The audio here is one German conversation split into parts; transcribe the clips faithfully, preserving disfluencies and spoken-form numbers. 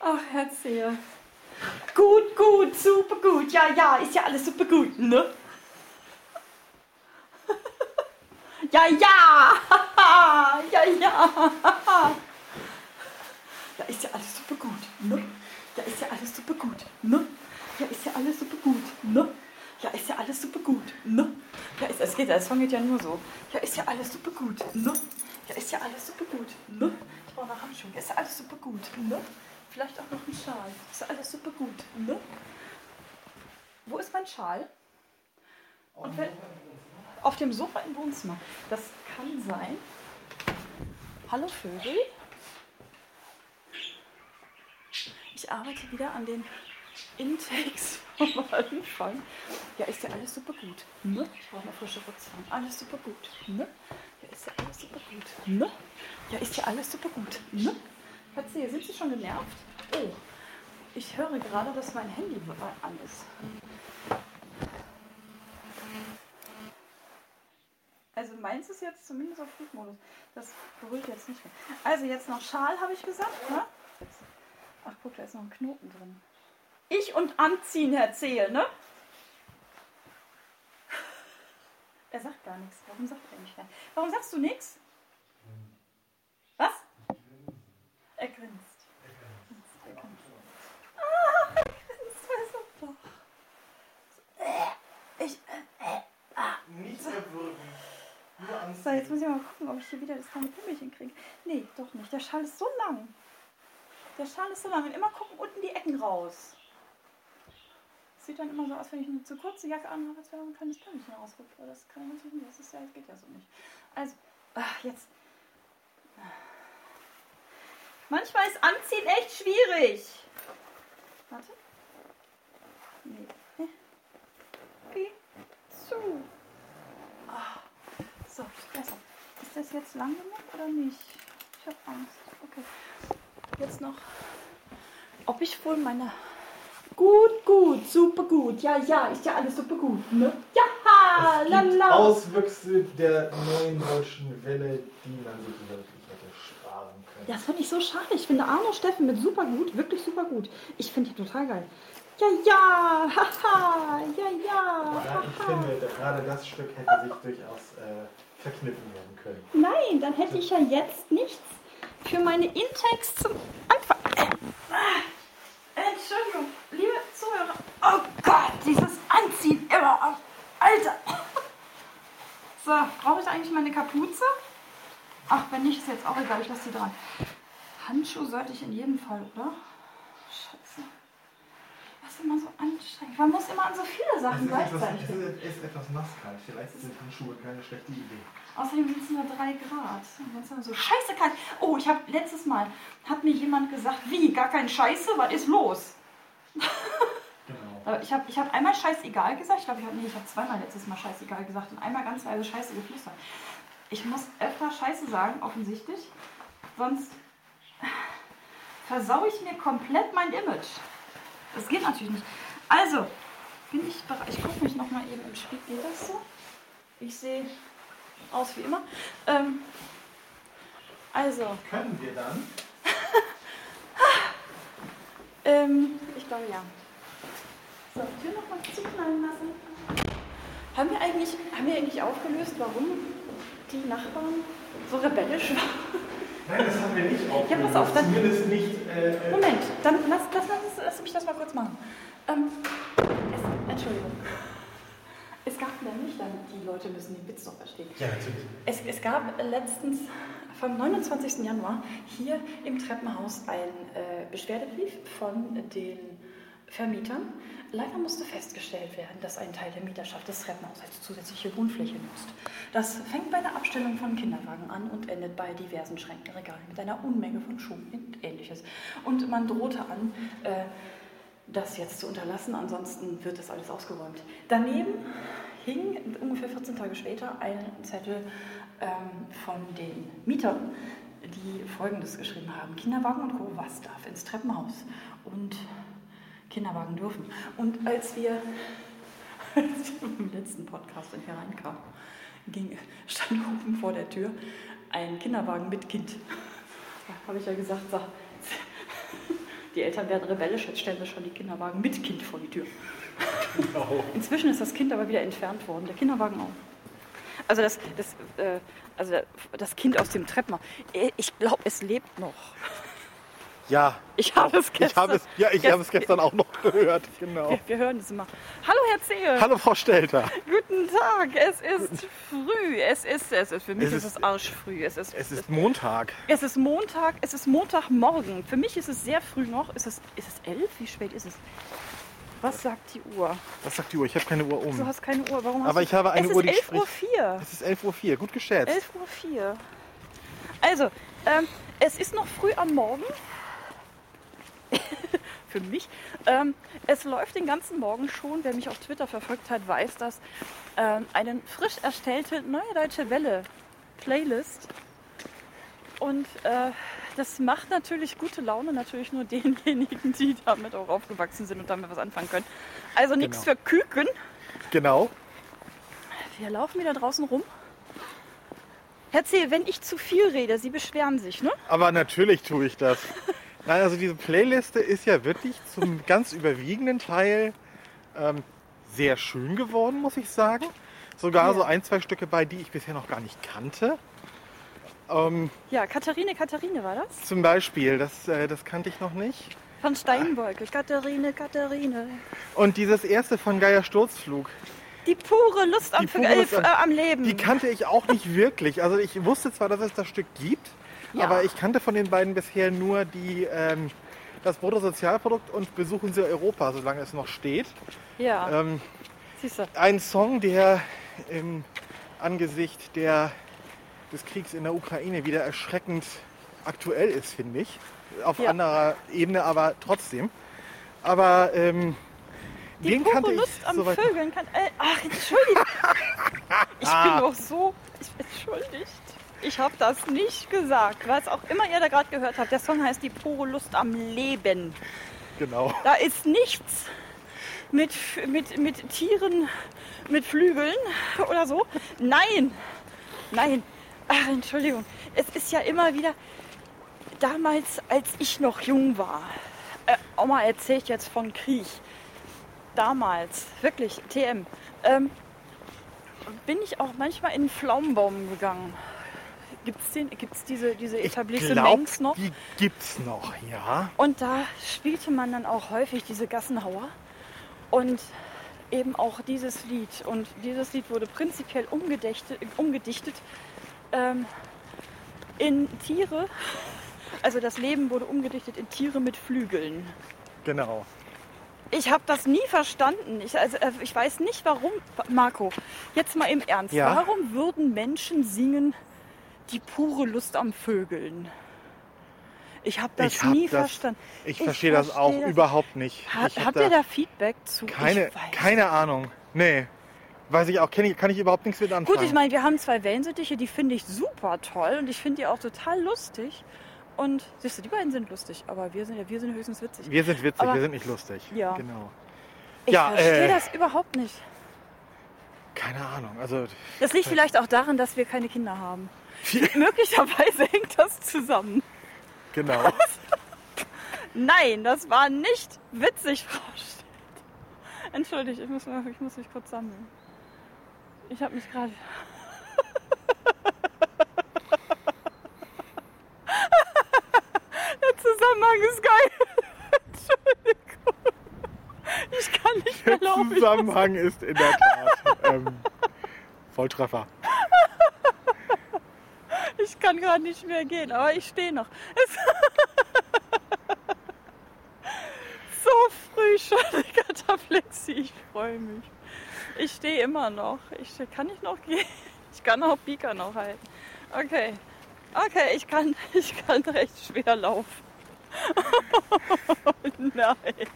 Ach, erzähl. Gut, gut, super gut. Ja, ja, ist ja alles super gut, ne? Ja, ja. Ja, ja. Ja, ist ja alles super gut, ne? Ja, ist ja alles super gut, ne? Ja, ist ja alles super gut, ne? Ja, ist ja alles super gut, ne? Ja, ist, es geht, das Song geht ja nur so. Ja, ist ja alles super gut, ne? Ja, ist ja alles super gut, ne? Ich brauche noch Handschuhe. Ja, ist ja alles super gut, ne? Vielleicht auch noch ein Schal. Ist ja alles super gut, ne? Wo ist mein Schal? Und wenn, auf dem Sofa im Wohnzimmer. Das kann sein. Hallo Vögel. Ich arbeite wieder an den Intakes vom Anfang. Ja, ist ja alles super gut, ne? Ich brauche eine frische Rückzahn. Alles super gut, ne? Ja, ist ja alles super gut, ne? Ja, ist ja alles super gut, ne? Erzähl, sind Sie schon genervt? Oh, ich höre gerade, dass mein Handy an ist. Also meins ist jetzt zumindest auf Flugmodus. Das berührt jetzt nicht mehr. Also jetzt noch Schal, habe ich gesagt, ne? Jetzt. Ach guck, da ist noch ein Knoten drin. Ich und Anziehen erzählen, ne? Er sagt gar nichts. Warum sagt er nicht mehr? Warum sagst du nichts? Was? Er grinst. Er grinst. Ah, er grinst, weiß er doch. Ich, äh, äh, ah. Nicht erwürgen. Nur anziehen. So, jetzt muss ich mal gucken, ob ich hier wieder das kleine Pimmelchen kriege. Nee, doch nicht. Der Schal ist so lang. Der Schal ist so lang. Und immer gucken unten die Ecken raus. Sieht dann immer so aus, wenn ich eine zu kurze Jacke anhabe, als wäre ein kleines Pimmelchen rausguckt. Aber das kann ich natürlich nicht. Das ist ja, das geht ja so nicht. Also, ach, jetzt. Manchmal ist Anziehen echt schwierig. Warte. Nee. Geh zu. Ah. So, besser. Ist das jetzt lang genug oder nicht? Ich habe Angst. Okay. Jetzt noch. Ob ich wohl meine... Gut, gut, super gut. Ja, ja, ist ja alles super gut, ne? Ja, lala. Auswüchse der neuen deutschen Welle, die man sich wirklich hätte sparen können. Ja, das fand ich so schade. Ich finde Arno Steffen mit super gut, wirklich super gut. Ich finde die total geil. Ja, ja, haha, ja, ja. Ja, ich finde, gerade das Stück hätte sich durchaus äh, verkniffen werden können. Nein, dann hätte ich ja jetzt nichts für meine Intakes zum Anfang. Äh, Entschuldigung, liebe Zuhörer. Oh Gott, dieses Anziehen immer. Alter. So, brauche ich eigentlich meine Kapuze? Ach, wenn nicht, ist jetzt auch egal, ich lasse sie dran. Handschuhe sollte ich in jedem Fall, oder? Scheiße. Was ist immer so anstrengend? Man muss immer an so viele Sachen gleichzeitig denken. Es ist etwas nass kalt. Vielleicht sind Handschuhe keine schlechte Idee. Außerdem sind es nur drei Grad. Und dann ist immer so scheiße kalt. Oh, ich habe letztes Mal, hat mir jemand gesagt, wie, gar kein Scheiße, was ist los? Genau. Ich habe ich hab einmal scheißegal gesagt. Ich glaube, ich habe nee, ich hab zweimal letztes Mal scheißegal gesagt und einmal ganz leise Scheiße geflüstert. Ich muss öfter Scheiße sagen, offensichtlich. Sonst versaue ich mir komplett mein Image. Das geht natürlich nicht. Also, bin ich bereit. Ich gucke mich nochmal eben im Spiegel. Geht das so? Ich sehe aus wie immer. Ähm, also. Können wir dann? ähm, ich glaube ja. So, die Tür nochmal zuknallen lassen. Haben wir, eigentlich, haben wir eigentlich aufgelöst, warum die Nachbarn so rebellisch waren? Nein, das haben wir nicht aufgelöst. Ja, pass auf, dann, zumindest nicht. Äh, Moment, dann lass, lass, lass, lass mich das mal kurz machen. Ähm, es, Entschuldigung. Es gab nämlich, dann die Leute müssen den Witz doch verstehen. Ja, natürlich. Es, es gab letztens vom neunundzwanzigsten Januar hier im Treppenhaus einen äh, Beschwerdebrief von den Vermietern. Leider musste festgestellt werden, dass ein Teil der Mieterschaft des Treppenhauses als zusätzliche Wohnfläche nutzt. Das fängt bei der Abstellung von Kinderwagen an und endet bei diversen Schränken, Regalen mit einer Unmenge von Schuhen und Ähnliches. Und man drohte an, äh, das jetzt zu unterlassen, ansonsten wird das alles ausgeräumt. Daneben hing ungefähr vierzehn Tage später ein Zettel ähm, von den Mietern, die Folgendes geschrieben haben: Kinderwagen und Co. was darf ins Treppenhaus und Kinderwagen dürfen. Und als wir im letzten Podcast hier reinkamen, ging, stand oben vor der Tür ein Kinderwagen mit Kind. Da habe ich ja gesagt, so, Die Eltern werden rebellisch, jetzt stellen sie schon die Kinderwagen mit Kind vor die Tür. Genau. Inzwischen ist das Kind aber wieder entfernt worden, der Kinderwagen auch. Also das, das, äh, also das Kind aus dem Treppenhaus, ich glaube, es lebt noch. Ja. Ich habe es gestern. Ich habe es, ja, ich gest- habe es gestern auch noch gehört. Genau. Wir, wir hören es immer. Hallo Herr Zehe. Hallo Frau Stelter. Guten Tag. Es ist früh. Es ist, es ist für mich Es ist ist- es arschfrüh. Es ist, Es ist Montag. es ist Montag. Es ist Montagmorgen. Für mich ist es sehr früh noch. Ist es, ist es elf? Wie spät ist es? Was sagt die Uhr? Was sagt die Uhr? Ich habe keine Uhr Du um. hast keine Uhr. Warum hast Aber du? ich habe eine es Uhr, die ist elf Uhr spricht. vier. Es ist elf Uhr vier. Gut geschätzt. elf Uhr vier. Also, ähm, es ist noch früh am Morgen. Für mich. Ähm, es läuft den ganzen Morgen schon. Wer mich auf Twitter verfolgt hat, weiß das. Ähm, eine frisch erstellte Neue Deutsche Welle Playlist. Und äh, das macht natürlich gute Laune, natürlich nur denjenigen, die damit auch aufgewachsen sind und damit was anfangen können. Also nichts Genau. für Küken. Genau. Wir laufen wieder draußen rum. Herr Zehe, wenn ich zu viel rede, Sie beschweren sich, ne? Aber natürlich tue ich das. Nein, also diese Playliste ist ja wirklich zum ganz überwiegenden Teil ähm, sehr schön geworden, muss ich sagen. Sogar Ja. so ein, zwei Stücke bei, die ich bisher noch gar nicht kannte. Ähm, Ja, Katharine, Katharine war das? zum Beispiel, das, äh, das kannte ich noch nicht. Von Steinbeutel. Katharine, Katharine. Und dieses erste von Geier Sturzflug, Die pure Lust am, Die pure äh, Lust am- äh, am Leben. die kannte ich auch nicht wirklich. Also ich wusste zwar, dass es das Stück gibt, Ja. aber ich kannte von den beiden bisher nur die, ähm, das Bruttosozialprodukt und Besuchen Sie Europa, solange es noch steht. Ja, Ähm, siehst du. ein Song, der im Angesicht der, des Kriegs in der Ukraine wieder erschreckend aktuell ist, finde ich. Auf Ja. anderer Ebene, aber trotzdem. Aber ähm, Die den pure kannte ich Lust am soweit. Vögeln kann... Äh, ach, Entschuldigung. Ich Ah. bin doch so... Ich bin entschuldigt. Ich habe das nicht gesagt. Was auch immer ihr da gerade gehört habt. Der Song heißt Die pure Lust am Leben. Genau. Da ist nichts mit, mit, mit Tieren, mit Flügeln oder so. Nein, nein. Ach, Entschuldigung. Es ist ja immer wieder... Damals, als ich noch jung war, äh, Oma erzählt jetzt von Krieg. Damals, wirklich, T M, ähm, bin ich auch manchmal in den Pflaumenbaum gegangen. Gibt es gibt's diese, diese Ich Etablissements glaube, noch? die gibt's noch, ja. Und da spielte man dann auch häufig diese Gassenhauer und eben auch dieses Lied. Und dieses Lied wurde prinzipiell umgedichtet, umgedichtet ähm, in Tiere. Also das Leben wurde umgedichtet in Tiere mit Flügeln. Genau. Ich habe das nie verstanden. Ich, also, äh, ich weiß nicht warum, Marco, jetzt mal im Ernst. Ja? Warum würden Menschen singen, die pure Lust am Vögeln? Ich habe das Ich hab nie das- verstanden. Ich, Ich verstehe das verstehe auch das- überhaupt nicht. Ha, ich hab habt ihr da Feedback zu? keine, Ich weiß. keine Ahnung. Nee. Weiß ich auch, kenn ich, kann ich überhaupt nichts mit anfangen. Gut, ich meine, wir haben zwei Wellensittiche, die finde ich super toll und ich finde die auch total lustig. Und siehst du, die beiden sind lustig, aber wir sind ja wir sind höchstens witzig. wir sind witzig, Aber- wir sind nicht lustig. Ja. Genau. Ich Ja, verstehe äh, das überhaupt nicht. Keine Ahnung. Also, Das liegt vielleicht auch daran, dass wir keine Kinder haben. Möglicherweise hängt das zusammen. genau. Nein, das war nicht witzig, Frau Stett. Entschuldigt, ich muss, ich muss mich kurz sammeln. Ich habe mich gerade... Der Zusammenhang ist geil. Entschuldigung. Ich kann nicht mehr Der laufen. Zusammenhang ist in der Tat ähm, Volltreffer. Ich kann gerade nicht mehr gehen, aber ich stehe noch. Es so früh schon, Kataplexie, ich freue mich. Ich stehe immer noch. Ich steh, kann ich noch gehen? Ich kann auch Pika noch halten. Okay, okay, ich kann, ich kann recht schwer laufen. Nein.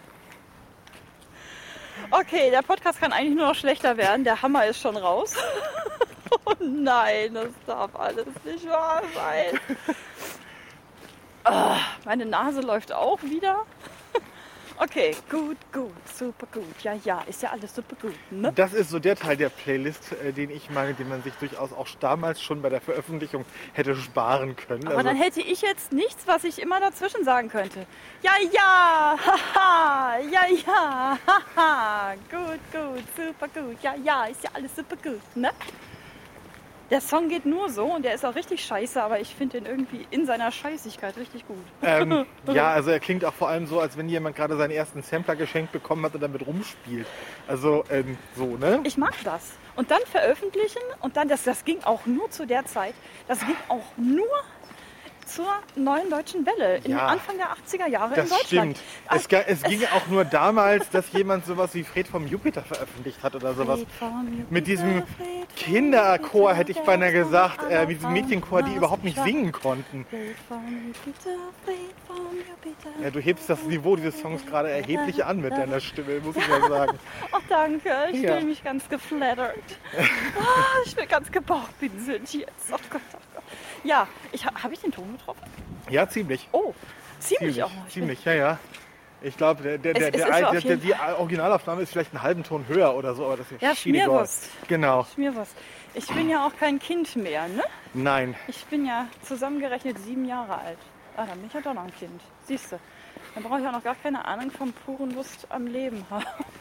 Okay, der Podcast kann eigentlich nur noch schlechter werden. Der Hammer ist schon raus. Oh nein, das darf alles nicht wahr sein. Ah, meine Nase läuft auch wieder. Okay, gut, gut, super gut. Ja, ja, ist ja alles super gut, ne? Das ist so der Teil der Playlist, äh, den ich meine, den man sich durchaus auch damals schon bei der Veröffentlichung hätte sparen können. Aber Also, dann hätte ich jetzt nichts, was ich immer dazwischen sagen könnte. Ja, ja, haha, ja, ja, haha, gut, gut, super gut. Ja, ja, ist ja alles super gut, ne? Der Song geht nur so und der ist auch richtig scheiße, aber ich finde den irgendwie in seiner Scheißigkeit richtig gut. ähm, ja, also er klingt auch vor allem so, als wenn jemand gerade seinen ersten Sampler geschenkt bekommen hat und damit rumspielt. Also ähm, so, ne? Ich mag das. Und dann veröffentlichen und dann, das, das ging auch nur zu der Zeit, das ging auch nur zur Neuen Deutschen Welle, im Ja, Anfang der achtziger Jahre in Das Deutschland. stimmt. Es, ga- es ging auch nur damals, dass jemand sowas wie Fred vom Jupiter veröffentlicht hat oder sowas. Fred vom Jupiter, Mit diesem Fred vom Kinderchor Jupiter, hätte ich der beinahe von gesagt, äh, aller mit diesem Mädchenchor, die Frauen überhaupt nicht ausgeschlagen. singen konnten. Fred vom Jupiter, Fred vom Jupiter. Ja, du hebst das Niveau dieses Songs gerade erheblich an mit deiner Stimme, muss ich mal sagen. Ach danke, ich Ja. fühle mich ganz geflattert. Ah, ich bin ganz gebauchpinselt jetzt. Oh Gott, oh Gott. Ja, ich, habe ich den Ton getroffen? Ja, ziemlich. Oh, ziemlich, Ziemlich, auch noch. Ich bin- ziemlich, ja, ja. Ich glaube, der, der, Es- der, es der, ist so der, auf der, jeden die Originalaufnahme ist vielleicht einen halben Ton höher oder so, aber das ist Ja, schwierig. Schmierwurst. Genau. Schmierwurst. Ich bin ja auch kein Kind mehr, ne? Nein. Ich bin ja zusammengerechnet sieben Jahre alt. Ah, dann bin ich ja doch noch ein Kind. Siehst du. Dann brauche ich auch noch gar keine Ahnung vom puren Lust am Leben haben.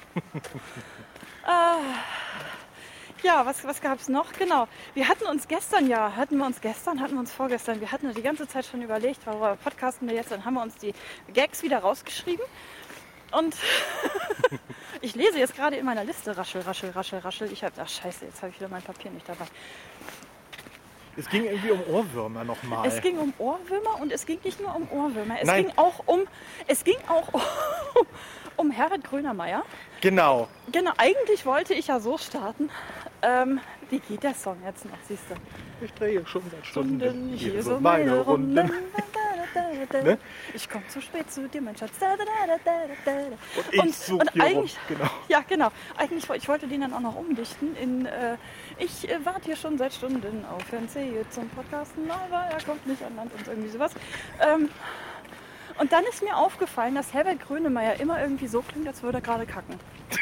ah. Ja, was, was gab es noch? Genau. Wir hatten uns gestern, ja, hatten wir uns gestern, hatten wir uns vorgestern, wir hatten die ganze Zeit schon überlegt, worüber podcasten wir jetzt, dann haben wir uns die Gags wieder rausgeschrieben. Und ich lese jetzt gerade in meiner Liste, raschel, raschel, raschel, raschel. Ich habe, ach scheiße, jetzt habe ich wieder mein Papier nicht dabei. Es ging irgendwie um Ohrwürmer nochmal. Es ging um Ohrwürmer und es ging nicht nur um Ohrwürmer. Es Nein. ging auch um, es ging auch um, um Herbert Grönemeyer. Genau. Genau, eigentlich wollte ich ja so starten. Ähm, wie geht der Song jetzt noch, siehst du? Ich drehe schon seit Stunden. Stunden, hier hier so so meine Runden. Runden. Ne? Ich komme zu spät zu dir, mein Schatz. Da, da, da, da, da, da. Und ich Und- such und hier rum. eigentlich- Genau. Ja, genau. Eigentlich, ich wollte den dann auch noch umdichten in äh, ich äh, warte hier schon seit Stunden auf Herrn Zehe zum Podcasten, aber er kommt nicht an Land und irgendwie sowas. Ähm, und dann ist mir aufgefallen, dass Herbert Grönemeyer immer irgendwie so klingt, als würde er gerade kacken.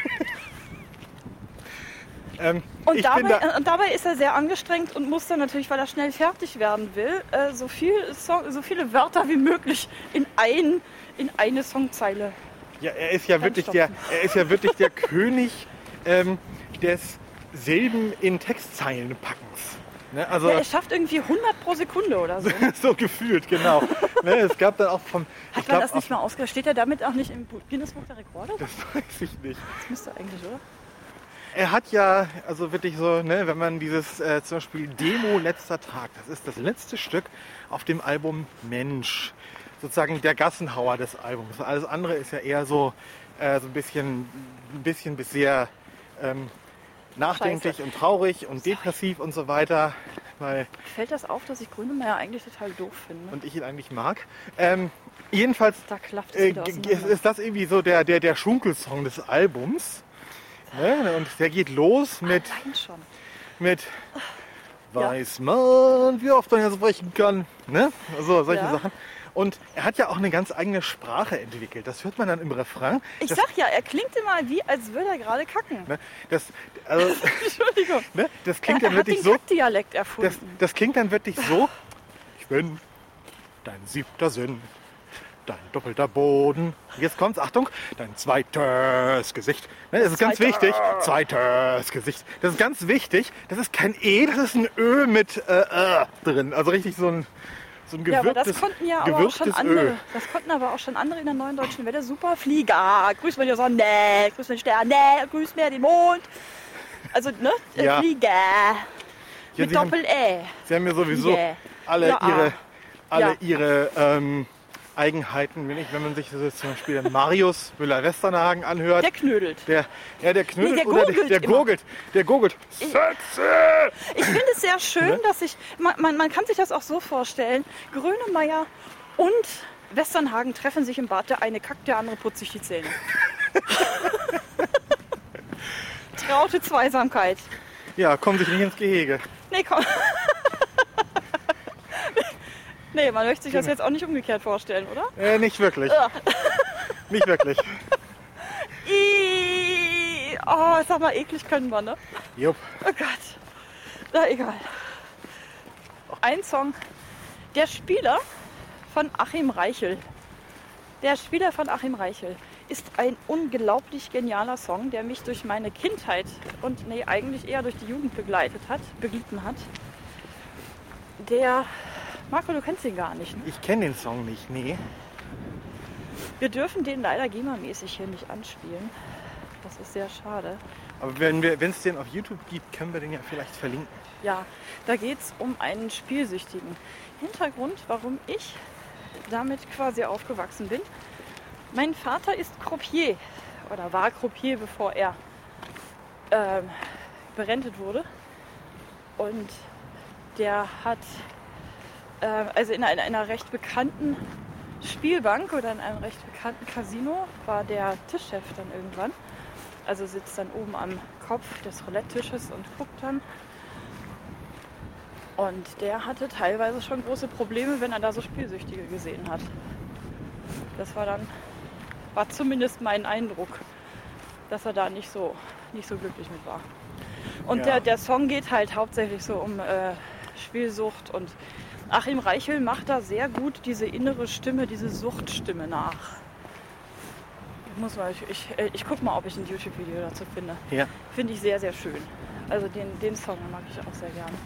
Ähm, Und ich dabei, bin da, äh, und dabei ist er sehr angestrengt und muss dann natürlich, weil er schnell fertig werden will, äh, so, viel Song, so viele Wörter wie möglich in, ein, in eine Songzeile. ja, er ist ja wirklich der, er ist ja wirklich der König ähm, des Silben in Textzeilen packens. Ne? Also Ja, er schafft irgendwie hundert pro Sekunde oder so. so gefühlt, genau. Ne, es gab dann auch vom, Hat ich man glaube, das nicht mal ausgerechnet? Steht er damit auch nicht im Guinness Buch der Rekorde? das weiß ich nicht. Das müsste eigentlich, oder? Er hat ja, also wirklich so, ne, wenn man dieses äh, zum Beispiel Demo letzter Tag, das ist das letzte Stück auf dem Album Mensch, sozusagen der Gassenhauer des Albums. Alles andere ist ja eher so, äh, so ein bisschen, ein bisschen bis sehr ähm, nachdenklich Scheiße. und traurig und depressiv und so weiter, weil, Fällt das auf, dass ich Grönemeyer eigentlich total doof finde? und ich ihn eigentlich mag. Ähm, jedenfalls Da klafft es äh, wieder g- auseinander. ist das irgendwie so der, der, der Schunkelsong des Albums. Ne? Und der geht los mit Allein schon. mit Ja. weiß man, wie oft man ja sprechen kann. Ne? Also solche Ja. Sachen. Und er hat ja auch eine ganz eigene Sprache entwickelt. Das hört man dann im Refrain. Ich das, sag ja, er klingt immer wie, als würde er gerade kacken. ne, das, also, Entschuldigung. ne, das Er, klingt er dann hat wirklich den so. Kackdialekt Das, erfunden. das klingt dann wirklich so. Ich bin dein siebter Sinn, dein doppelter Boden. Jetzt kommt's, Achtung, dein zweites Gesicht. Ne, das ist ganz Zweiter. wichtig. Zweites Gesicht. Das ist ganz wichtig. Das ist kein E, das ist ein Ö mit äh, äh, drin. Also richtig so ein, so ein Ja, aber gewürgtes, das konnten ja aber auch schon gewürztes andere. Ö. Das konnten aber auch schon andere in der Neuen Deutschen Welle. Superflieger. Grüß mir die Sonne, grüß mir den Stern, ne, grüß mir den Mond. Also, ne? äh, Ja. Flieger. Ja, Mit Sie haben- Doppel-E. Sie haben ja sowieso Yeah. alle Ja, ah. ihre, alle Ja. ihre ähm, Eigenheiten. Wenn, ich, wenn man sich das jetzt zum Beispiel den Marius Müller-Westernhagen anhört. Der knödelt. Der, ja, der knüttelt Nee, der oder der, gurgelt der immer. gurgelt. Der gurgelt. Sexy! Ich finde es sehr schön, dass ich, man, man, man kann sich das auch so vorstellen, Grönemeyer und Westernhagen treffen sich im Bad, der eine kackt, der andere putzt sich die Zähne. Traute Zweisamkeit. Ja, kommen sich nicht ins Gehege. Nee, komm. nee, man möchte sich das Genau. jetzt auch nicht umgekehrt vorstellen, oder? Äh, nicht wirklich. Ja. Nicht wirklich. Ih, oh, sag mal, eklig können wir, ne? Jupp. Oh Gott. Na, egal. Ein Song. Der Spieler von Achim Reichel. Der Spieler von Achim Reichel ist ein unglaublich genialer Song, der mich durch meine Kindheit und nee, eigentlich eher durch die Jugend begleitet hat, begleiten hat. Der, Marco, du kennst ihn gar nicht, ne? Ich kenne den Song nicht, nee. Wir dürfen den leider GEMA-mäßig hier nicht anspielen. Das ist sehr schade. Aber wenn wir, wenn es den auf YouTube gibt, können wir den ja vielleicht verlinken. Ja, da geht es um einen Spielsüchtigen. Hintergrund, warum ich damit quasi aufgewachsen bin. Mein Vater ist Croupier oder war Croupier, bevor er ähm, berentet wurde. Und der hat äh, also in einer, einer recht bekannten Spielbank oder in einem recht bekannten Casino war der Tischchef dann irgendwann. Also sitzt dann oben am Kopf des Roulette-Tisches und guckt dann. Und der hatte teilweise schon große Probleme, wenn er da so Spielsüchtige gesehen hat. Das war dann, war zumindest mein Eindruck, dass er da nicht so, nicht so glücklich mit war. Und Ja. der, der Song geht halt hauptsächlich so um äh, Spielsucht und Achim Reichel macht da sehr gut diese innere Stimme, diese Suchtstimme nach. Ich muss mal, ich, ich, ich guck mal, ob ich ein YouTube-Video dazu finde. Ja. Finde ich sehr, sehr schön. Also den, den Song mag ich auch sehr gerne.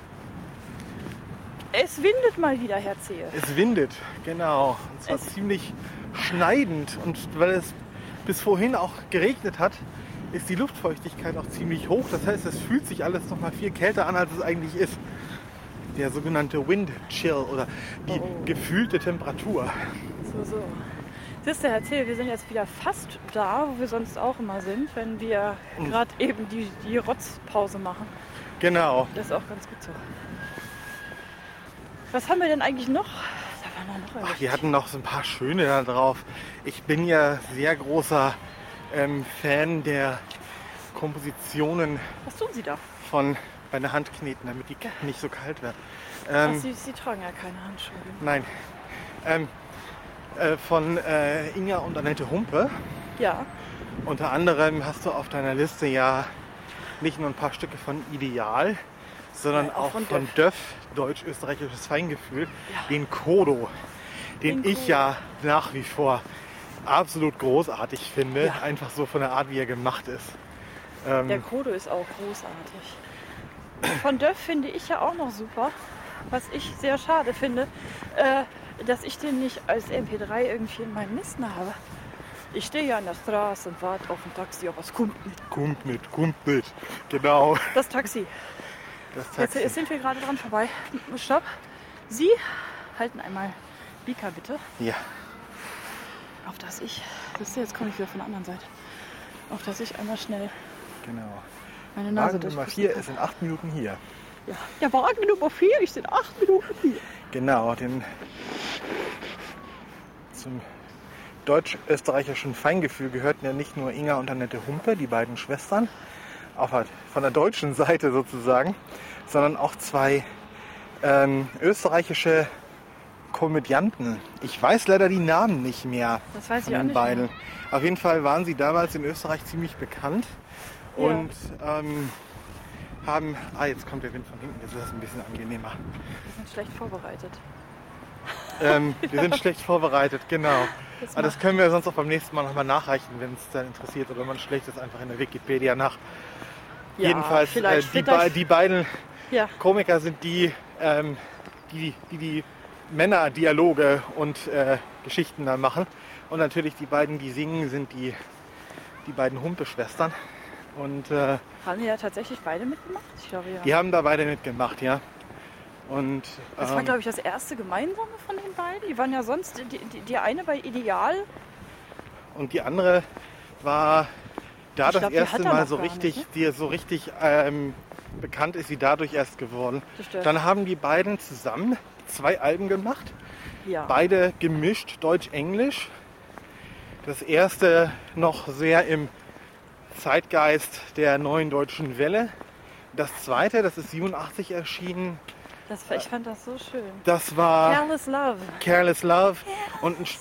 Es windet mal wieder, Herr Zehe. Es windet, genau. Und zwar Es- ziemlich schneidend. Und weil es bis vorhin auch geregnet hat, ist die Luftfeuchtigkeit auch ziemlich hoch. Das heißt, es fühlt sich alles noch mal viel kälter an, als es eigentlich ist. Der sogenannte Wind Chill oder die Oh. gefühlte Temperatur. So, so. Siehst du, Herr Zehe, wir sind jetzt wieder fast da, wo wir sonst auch immer sind, wenn wir Und- gerade eben die, die Rotzpause machen. Genau. Das ist auch ganz gut so. Was haben wir denn eigentlich noch? Da war noch Ach, irgendwas. wir hatten noch so ein paar schöne da drauf. Ich bin ja sehr großer ähm, Fan der Kompositionen Was tun Sie da? von bei der Hand kneten, damit die nicht so kalt werden. Ach, Ähm, Sie, Sie tragen ja keine Handschuhe. nein. Ähm, äh, von äh, Inga und Annette Humpe. Ja, Unter anderem hast du auf deiner Liste ja nicht nur ein paar Stücke von Ideal, sondern Ja, auch auch von von Döff, deutsch-österreichisches Feingefühl, Ja. den Kodo, den, Den ich Kodo. ja nach wie vor absolut großartig finde, Ja. einfach so von der Art, wie er gemacht ist. Ähm, der Kodo ist auch großartig. Von Döff finde ich ja auch noch super. Was ich sehr schade finde, äh, dass ich den nicht als M P drei irgendwie in meinem Misten habe. Ich stehe ja an der Straße und warte auf ein Taxi, aber es kommt nicht. kommt mit, kommt mit. Genau. Das Taxi. Das Jetzt, Taxi. jetzt sind wir gerade dran vorbei. Stopp. Sie halten einmal Bika bitte, Ja. auf dass ich, wisst ihr, jetzt komme ich wieder von der anderen Seite, auf dass ich einmal schnell Genau. meine Nase Wagen Nummer durchpusten vier kann. ist in acht Minuten hier. Ja. Der Wagen Nummer vier ist in acht Minuten hier. Genau, den zum deutsch-österreichischen Feingefühl gehörten ja nicht nur Inga und Annette Humpe, die beiden Schwestern, auch halt von der deutschen Seite sozusagen, sondern auch zwei ähm, österreichische Komödianten. Ich weiß leider die Namen nicht mehr Das weiß von ich auch den nicht beiden. mehr. Auf jeden Fall waren sie damals in Österreich ziemlich bekannt Ja. und ähm, haben... Ah, jetzt kommt der Wind von hinten, das ist das ein bisschen angenehmer. Wir sind schlecht vorbereitet. Ähm, wir sind schlecht vorbereitet, genau. Das Aber das können wir sonst auch beim nächsten Mal nochmal nachreichen, wenn es dann interessiert. Oder man schlägt es einfach in der Wikipedia nach. Ja, Jedenfalls, äh, vielleicht die, wird be euch- die beiden Ja, Komiker sind die, ähm, die, die die Männerdialoge und äh, Geschichten da machen. Und natürlich die beiden, die singen, sind die, die beiden Humpe-Schwestern. Und äh, haben die ja tatsächlich beide mitgemacht? Ich glaube ja. die haben da beide mitgemacht, ja. Und Das war, ähm, glaube ich, das erste Gemeinsame von den beiden. Die waren ja sonst, die, die, die eine bei Ideal. Und die andere war da Ich das glaub, die erste hat er Mal noch so gar richtig, nicht, die so richtig ähm, bekannt ist sie dadurch erst geworden. Das stimmt. Dann haben die beiden zusammen zwei Alben gemacht, Ja. beide gemischt, Deutsch-Englisch. Das erste noch sehr im Zeitgeist der neuen deutschen Welle. Das zweite, das ist siebenundachtzig erschienen, Das, ich fand das so schön. das war Careless Love. Careless Love und ein,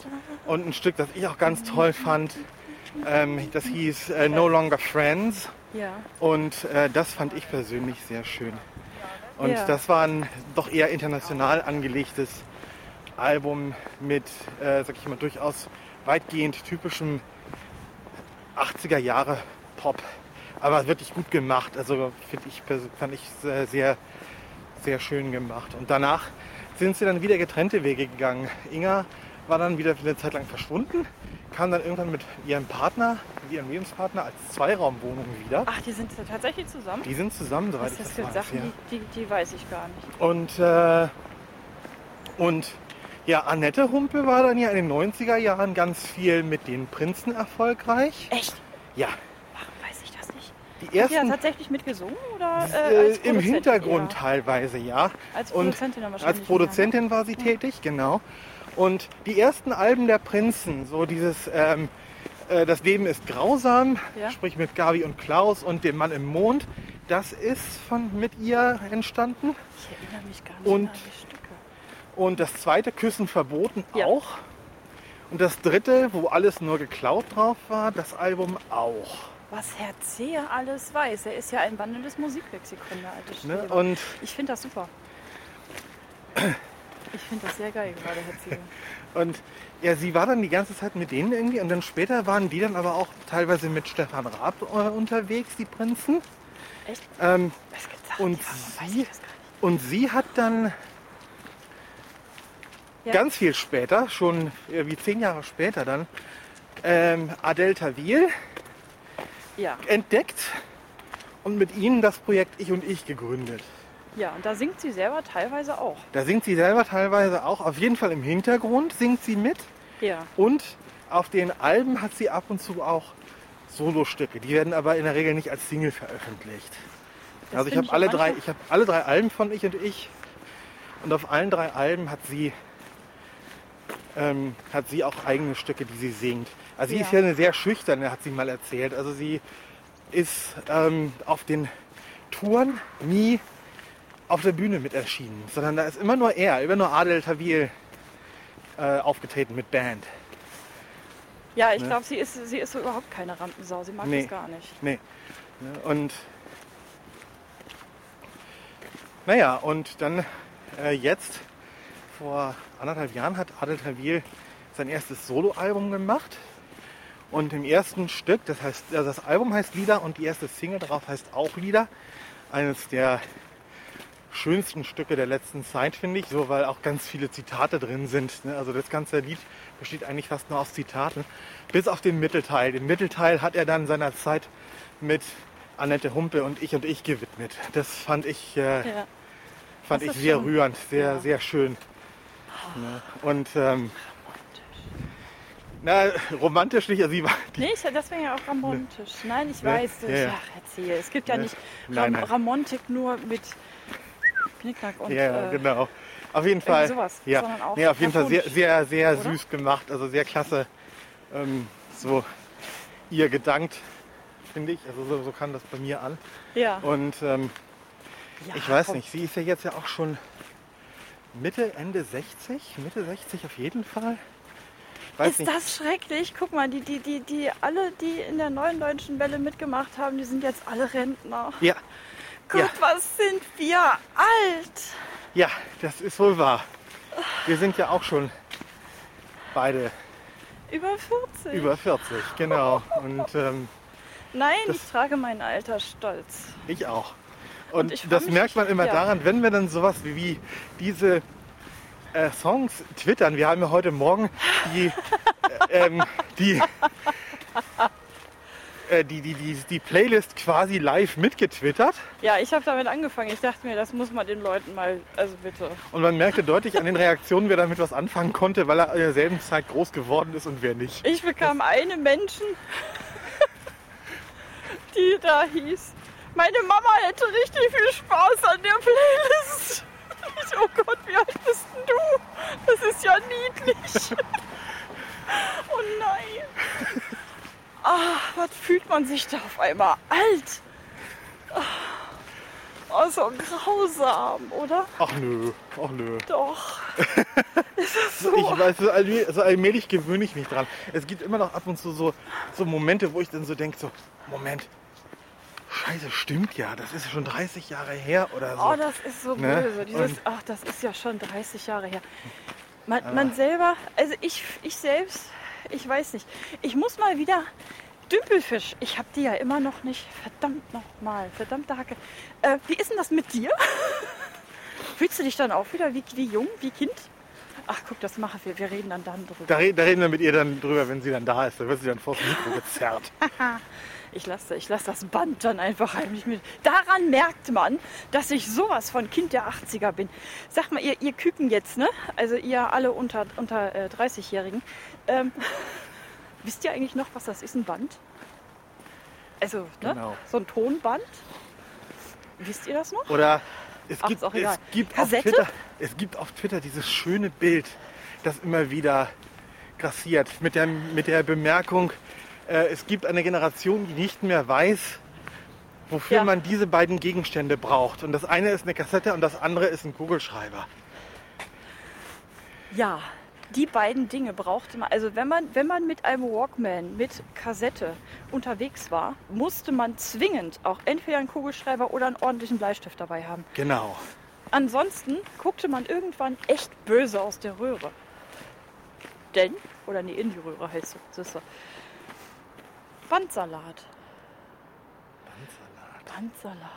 Und ein Stück, das ich auch ganz toll fand, ähm, das hieß äh, No Longer Friends. Ja. Und äh, das fand ich persönlich sehr schön. Und Ja. das war ein doch eher international angelegtes Album mit, äh, sag ich mal, durchaus weitgehend typischem achtziger Jahre Pop. Aber wirklich gut gemacht. Also finde ich, fand ich sehr, sehr, sehr schön gemacht. Und danach sind sie dann wieder getrennte Wege gegangen. Inga war dann wieder für eine Zeit lang verschwunden, kam dann irgendwann mit ihrem Partner, mit ihrem Lebenspartner als Zweiraumwohnung wieder. Ach, die sind tatsächlich zusammen? Die sind zusammen, soweit Was ich das das für weiß. Sachen, Ja. die, die, die weiß ich gar nicht. Und, äh, und ja, Annette Humpe war dann ja in den neunziger Jahren ganz viel mit den Prinzen erfolgreich. Echt? Ja, Warum weiß ich das nicht? die Hat die da ersten tatsächlich mitgesungen? Oder, äh, äh, als im Produzentin Hintergrund eher? teilweise, ja. Als Und Produzentin dann wahrscheinlich. als Produzentin war sie tätig, genau. Und die ersten Alben der Prinzen, so dieses ähm, äh, Das Leben ist grausam, Ja. sprich mit Gabi und Klaus und dem Mann im Mond, das ist von, mit ihr entstanden. Ich erinnere mich gar nicht Und- mehr an die Stücke. Und das zweite, Küssen verboten, Ja. auch. Und das dritte, wo alles nur geklaut drauf war, das Album auch. Was Herr Zehe alles weiß. Er ist ja ein wandelndes Musiklexikon, der alte Ne? Streber. Und Ich finde das super. Ich finde das sehr geil gerade, Herr Zehe. Und ja, sie war dann die ganze Zeit mit denen irgendwie und dann später waren die dann aber auch teilweise mit Stefan Raab äh, unterwegs, die Prinzen. Echt? Ähm, Es gibt Sachen, Und die warum weiß sie- ich das gar nicht. und sie hat dann Ja. ganz viel später, schon äh, wie zehn Jahre später dann, ähm, Adel Tawil Ja. entdeckt und mit ihnen das Projekt Ich und Ich gegründet. Ja, und da singt sie selber teilweise auch. Da singt sie selber teilweise auch, auf jeden Fall im Hintergrund singt sie mit. Ja. Und auf den Alben hat sie ab und zu auch Solostücke. Die werden aber in der Regel nicht als Single veröffentlicht. Das also ich finde habe alle auch drei, manchmal- ich habe alle drei Alben von Ich und Ich. Und auf allen drei Alben hat sie ähm, hat sie auch eigene Stücke, die sie singt. Also sie Ja. ist ja eine sehr schüchterne, hat sie mal erzählt. Also sie ist ähm, auf den Touren nie auf der Bühne mit erschienen, sondern da ist immer nur er, immer nur Adel Tawil äh, aufgetreten mit Band. Ja, ich Ne? glaube, sie ist, sie ist so überhaupt keine Rampensau. Sie mag Nee. das gar nicht. Nee. Ne, Und naja, und dann äh, jetzt, vor anderthalb Jahren, hat Adel Tawil sein erstes Soloalbum gemacht. Und im ersten Stück, das heißt, also das Album heißt Lieder und die erste Single darauf heißt auch Lieder. Eines der schönsten Stücke der letzten Zeit, finde ich, so, weil auch ganz viele Zitate drin sind. Ne? Also das ganze Lied besteht eigentlich fast nur aus Zitaten, bis auf den Mittelteil. Den Mittelteil hat er dann seiner Zeit mit Annette Humpe und Ich und Ich gewidmet. Das fand ich, äh, Ja. fand Das ich ist sehr schon- rührend, sehr, ja. sehr schön. Ne? Und ähm, na, romantisch nicht, also sie war, Nee, ich, das wäre ja auch romantisch. Nein, ich Ne? weiß, das, Ja, ja. ach, erzähl. Es gibt ja Ne? nicht Nein, Ram nein. Romantik nur mit Knickknack und ja, äh, genau. Auf jeden Fall. sowas, ja. sondern auch Nee, auf jeden Fall sehr, platonisch, sehr, sehr oder? süß gemacht, also sehr klasse. Ähm, so ihr gedankt, finde ich. Also so, so kam das bei mir an. ja. Und ähm, ja, ich weiß komm. nicht, sie ist ja jetzt ja auch schon Mitte, Ende sechzig, Mitte sechzig auf jeden Fall. Weiß Ist nicht. das schrecklich? Guck mal, die, die, die, die, alle, die in der neuen deutschen Welle mitgemacht haben, die sind jetzt alle Rentner. Ja, Gott, Ja. was sind wir alt? ja, das ist wohl wahr. Wir sind ja auch schon beide Über vierzig. über vierzig, genau. Und ähm, Nein, das- ich trage mein Alter stolz. ich auch. Und, ich freu das mich- merkt man immer ja. daran, wenn wir dann sowas wie, wie diese äh, Songs twittern. Wir haben ja heute Morgen die, äh, ähm, die, äh, die, die, die, die Playlist quasi live mitgetwittert. Ja, ich habe damit angefangen. Ich dachte mir, das muss man den Leuten mal, also bitte. Und man merkte deutlich an den Reaktionen, wer damit was anfangen konnte, weil er in derselben Zeit groß geworden ist und wer nicht. Ich bekam eine Menschen, die da hieß, meine Mama hätte richtig viel Spaß an der Playlist. Ich, oh Gott, wie alt bist denn du? Das ist ja niedlich. Oh nein. Ah, was fühlt man sich da auf einmal alt? Oh, so grausam, oder? Ach nö, ach nö. Doch. Ist das so? Ich weiß, so allmählich, so allmählich gewöhne ich mich dran. Es gibt immer noch ab und zu so, so Momente, wo ich dann so denke, so, Moment, Scheiße, stimmt ja, das ist ja schon dreißig Jahre her oder so. Oh, das ist so Ne? böse. Dieses, Und- ach, das ist ja schon dreißig Jahre her. Man, man selber, also ich, ich selbst, ich weiß nicht. Ich muss mal wieder Dümpelfisch. Ich habe die ja immer noch nicht. Verdammt nochmal, verdammte Hacke. Äh, wie ist denn das mit dir? Fühlst du dich dann auch wieder wie, wie jung, wie Kind? Ach, guck, das machen wir. Wir reden dann dann drüber. Da, re- da reden wir mit ihr dann drüber, wenn sie dann da ist. Da wird sie dann vors Mikro gezerrt. Ich lasse ich lass das Band dann einfach heimlich mit. Daran merkt man, dass ich sowas von Kind der achtziger bin. Sag mal, ihr, ihr Küken jetzt, ne? Also ihr alle unter, unter äh, dreißig-Jährigen. Ähm, wisst ihr eigentlich noch, was das ist, ein Band? Also, ne? Genau. So ein Tonband. Wisst ihr das noch? Oder es Ach, gibt, ist auch es, egal. gibt auf Kassette? Twitter, es gibt auf Twitter dieses schöne Bild, das immer wieder grassiert. Mit der, mit der Bemerkung, äh, es gibt eine Generation, die nicht mehr weiß, wofür Ja. man diese beiden Gegenstände braucht. Und das eine ist eine Kassette und das andere ist ein Kugelschreiber. Ja, die beiden Dinge brauchte man. Also wenn man, wenn man mit einem Walkman, mit Kassette unterwegs war, musste man zwingend auch entweder einen Kugelschreiber oder einen ordentlichen Bleistift dabei haben. Genau. Ansonsten guckte man irgendwann echt böse aus der Röhre. Denn, oder nee, in die Röhre heißt es, siehst du. Bandsalat. Bandsalat.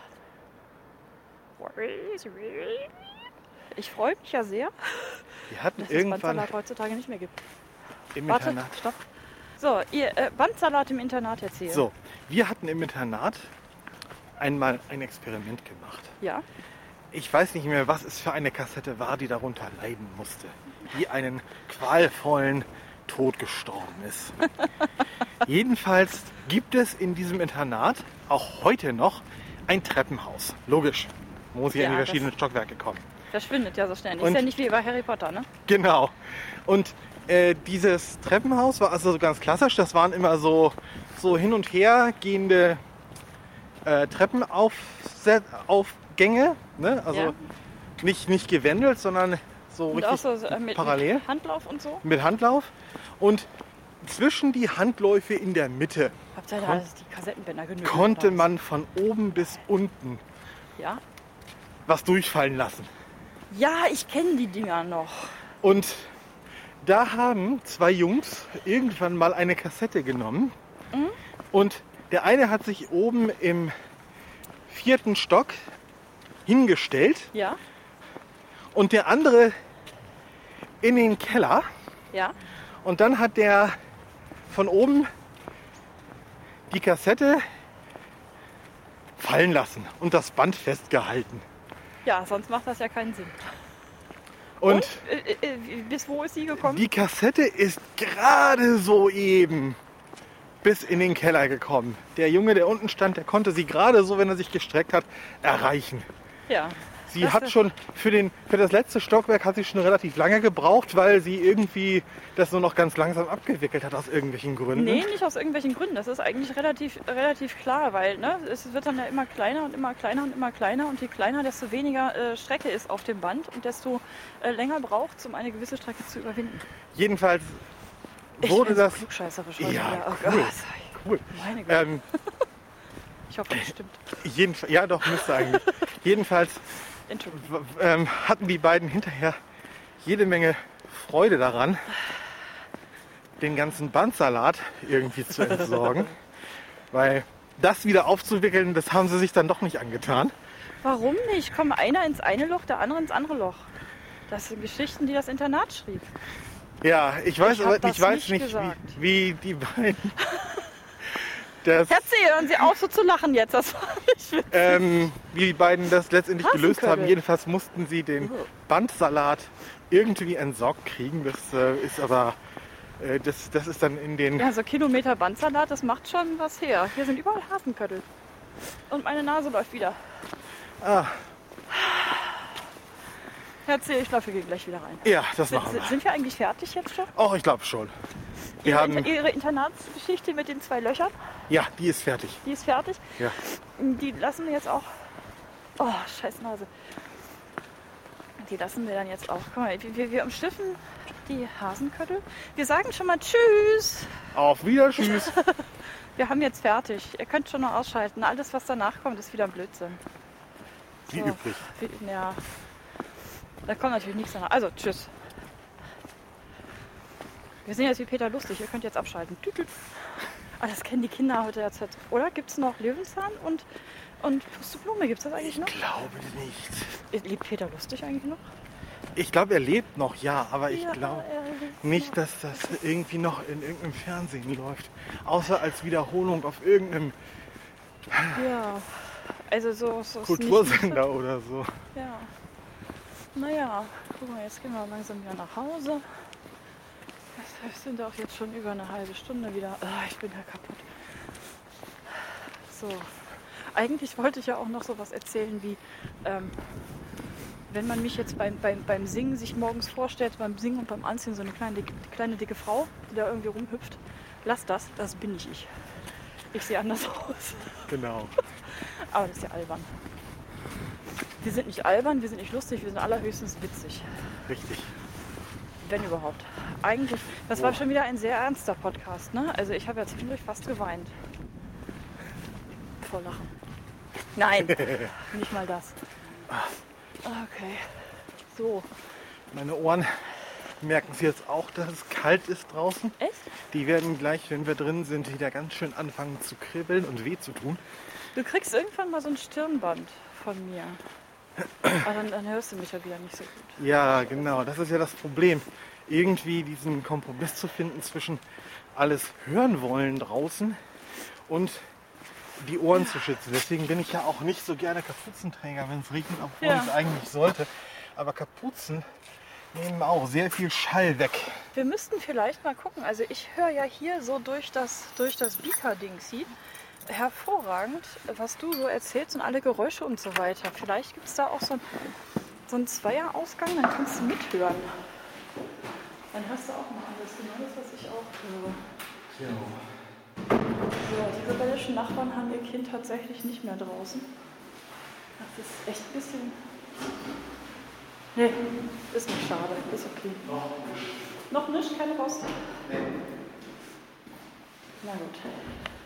Ich freue mich ja sehr, Wir hatten dass es irgendwann Bandsalat heutzutage nicht mehr gibt. im Warte, Internat. stopp. So, ihr äh, Bandsalat im Internat erzählen. So, wir hatten im Internat einmal ein Experiment gemacht. Ja, Ich weiß nicht mehr, was es für eine Kassette war, die darunter leiden musste. Die einen qualvollen Tod gestorben ist. Jedenfalls gibt es in diesem Internat auch heute noch ein Treppenhaus. Logisch. Man muss ja, in Ja, die das- verschiedenen Stockwerke kommen. verschwindet ja so schnell. Ist Und- ja nicht wie bei Harry Potter, ne? Genau. Und äh, dieses Treppenhaus war also so ganz klassisch. Das waren immer so, so hin und her gehende äh, Treppenaufgänge. Ne? Also Ja. nicht, nicht gewendelt, sondern so Und richtig auch so äh, mit, parallel. mit Handlauf und so. Mit Handlauf. Und zwischen die Handläufe in der Mitte Habt ihr da Kon- die Kassettenbänder genügend? konnte Platz? man von oben bis unten Ja, was durchfallen lassen. ja ich kenne die Dinger noch. Und da haben zwei Jungs irgendwann mal eine Kassette genommen. Und der eine hat sich oben im vierten Stock hingestellt Ja, und der andere in den Keller. ja. Und dann hat der von oben die Kassette fallen lassen und das Band festgehalten. Ja, sonst macht das ja keinen Sinn. Und Äh, äh, bis wo ist sie gekommen? die Kassette ist gerade so eben bis in den Keller gekommen. Der Junge, der unten stand, der konnte sie gerade so, wenn er sich gestreckt hat, erreichen. Ja. Sie Das hat ist- schon für, den, für das letzte Stockwerk hat sie schon relativ lange gebraucht, weil sie irgendwie das nur noch ganz langsam abgewickelt hat aus irgendwelchen Gründen. Nee, nicht aus irgendwelchen Gründen. Das ist eigentlich relativ, relativ klar, weil ne, es wird dann ja immer kleiner und immer kleiner und immer kleiner. Und je kleiner, desto weniger äh, Strecke ist auf dem Band und desto äh, länger braucht es, um eine gewisse Strecke zu überwinden. Jedenfalls Ich wurde bin so das. klugscheißerisch heute Ja, wieder. Oh cool. Gott, Cool. meine Güte. Ähm, Ich hoffe, das stimmt. jedenfalls, ja, doch, müsste eigentlich. Jedenfalls Entschuldigung. w- ähm, hatten die beiden hinterher jede Menge Freude daran, den ganzen Bandsalat irgendwie zu entsorgen. Weil das wieder aufzuwickeln, das haben sie sich dann doch nicht angetan. Warum nicht? Komm, einer ins eine Loch, der andere ins andere Loch. Das sind Geschichten, die das Internat schrieb. Ja, ich weiß Ich hab aber das ich weiß nicht nicht, gesagt. wie, wie die beiden das, Herzi, hören Sie auf, so zu lachen jetzt. Das war nicht witzig. ähm, wie die beiden das letztendlich gelöst haben. Hasenköttel. Jedenfalls mussten sie den Bandsalat irgendwie entsorgt kriegen. Das äh, ist aber äh, das, das ist dann in den Ja, so Kilometer Bandsalat, das macht schon was her. Hier sind überall Hasenköttel. Und meine Nase läuft wieder. ah, Herzi, ich glaube, wir gehen gleich wieder rein. ja, das Sind, machen sind, wir. sind wir eigentlich fertig jetzt schon? Oh, ich glaube schon. Wir Ihre, haben Inter- Ihre Internatsgeschichte mit den zwei Löchern, ja, die ist fertig. die ist fertig. Ja. Die lassen wir jetzt auch. Oh, scheiß Nase. Die lassen wir dann jetzt auch. Guck mal, wir, wir umschiffen die Hasenköttel. Wir sagen schon mal Tschüss. Auf wieder, tschüss. Wir haben jetzt fertig. Ihr könnt schon noch ausschalten. Alles, was danach kommt, ist wieder ein Blödsinn. Wie üblich. Wie, ja. Da kommt natürlich nichts danach. Also, tschüss. Wir sind jetzt wie Peter Lustig. Ihr könnt jetzt abschalten. Tüt, tüt. Ah, das kennen die Kinder heute jetzt. Oder gibt es noch Löwenzahn und, und Pusteblume? Gibt es das eigentlich noch? Ich glaube nicht. Lebt Peter Lustig eigentlich noch? Ich glaube, er lebt noch, ja, aber ich Ja, glaube er lebt nicht, dass das irgendwie noch in irgendeinem Fernsehen läuft. Außer als Wiederholung auf irgendeinem Ja, also so... so ist Kultursender nicht- oder so. Ja. Naja, guck mal, jetzt gehen wir langsam wieder nach Hause. Das heißt, sind auch jetzt schon über eine halbe Stunde wieder. Ah, ich bin ja kaputt. So. Eigentlich wollte ich ja auch noch so was erzählen wie, ähm, wenn man mich jetzt beim, beim, beim Singen sich morgens vorstellt, beim Singen und beim Anziehen so eine kleine, dicke, kleine dicke Frau, die da irgendwie rumhüpft. Lass das, das bin nicht ich. Ich sehe anders aus. Genau. Aber das ist ja albern. Wir sind nicht albern, wir sind nicht lustig, wir sind allerhöchstens witzig. Richtig. Wenn überhaupt. Eigentlich, das war schon wieder ein sehr ernster Podcast, ne? Also ich habe ja zwischendurch fast geweint. Vor Lachen. Nein, nicht mal das. Okay. So. Meine Ohren merken es jetzt auch, dass es kalt ist draußen. Echt? Die werden gleich, wenn wir drin sind, wieder ganz schön anfangen zu kribbeln und weh zu tun. Du kriegst irgendwann mal so ein Stirnband von mir. Aber dann, dann hörst du mich ja wieder nicht so gut. Ja, genau, das ist ja das Problem. Irgendwie diesen Kompromiss zu finden zwischen alles hören wollen draußen und die Ohren zu schützen. Deswegen bin ich ja auch nicht so gerne Kapuzenträger, wenn es regnet, obwohl Ja. ich es eigentlich sollte. Aber Kapuzen nehmen auch sehr viel Schall weg. Wir müssten vielleicht mal gucken. Also ich höre ja hier so durch das, durch das Beaker-Ding hervorragend, was du so erzählst und alle Geräusche und so weiter. Vielleicht gibt es da auch so, ein, so einen Zweierausgang, dann kannst du mithören. Dann hast du auch mal alles, genau das, was ich auch höre. Ja. So, die rebellischen Nachbarn haben ihr Kind tatsächlich nicht mehr draußen. Das ist echt ein bisschen... Nee, ist nicht schade, ist okay. Noch nicht, keine Post? Nee. Na gut.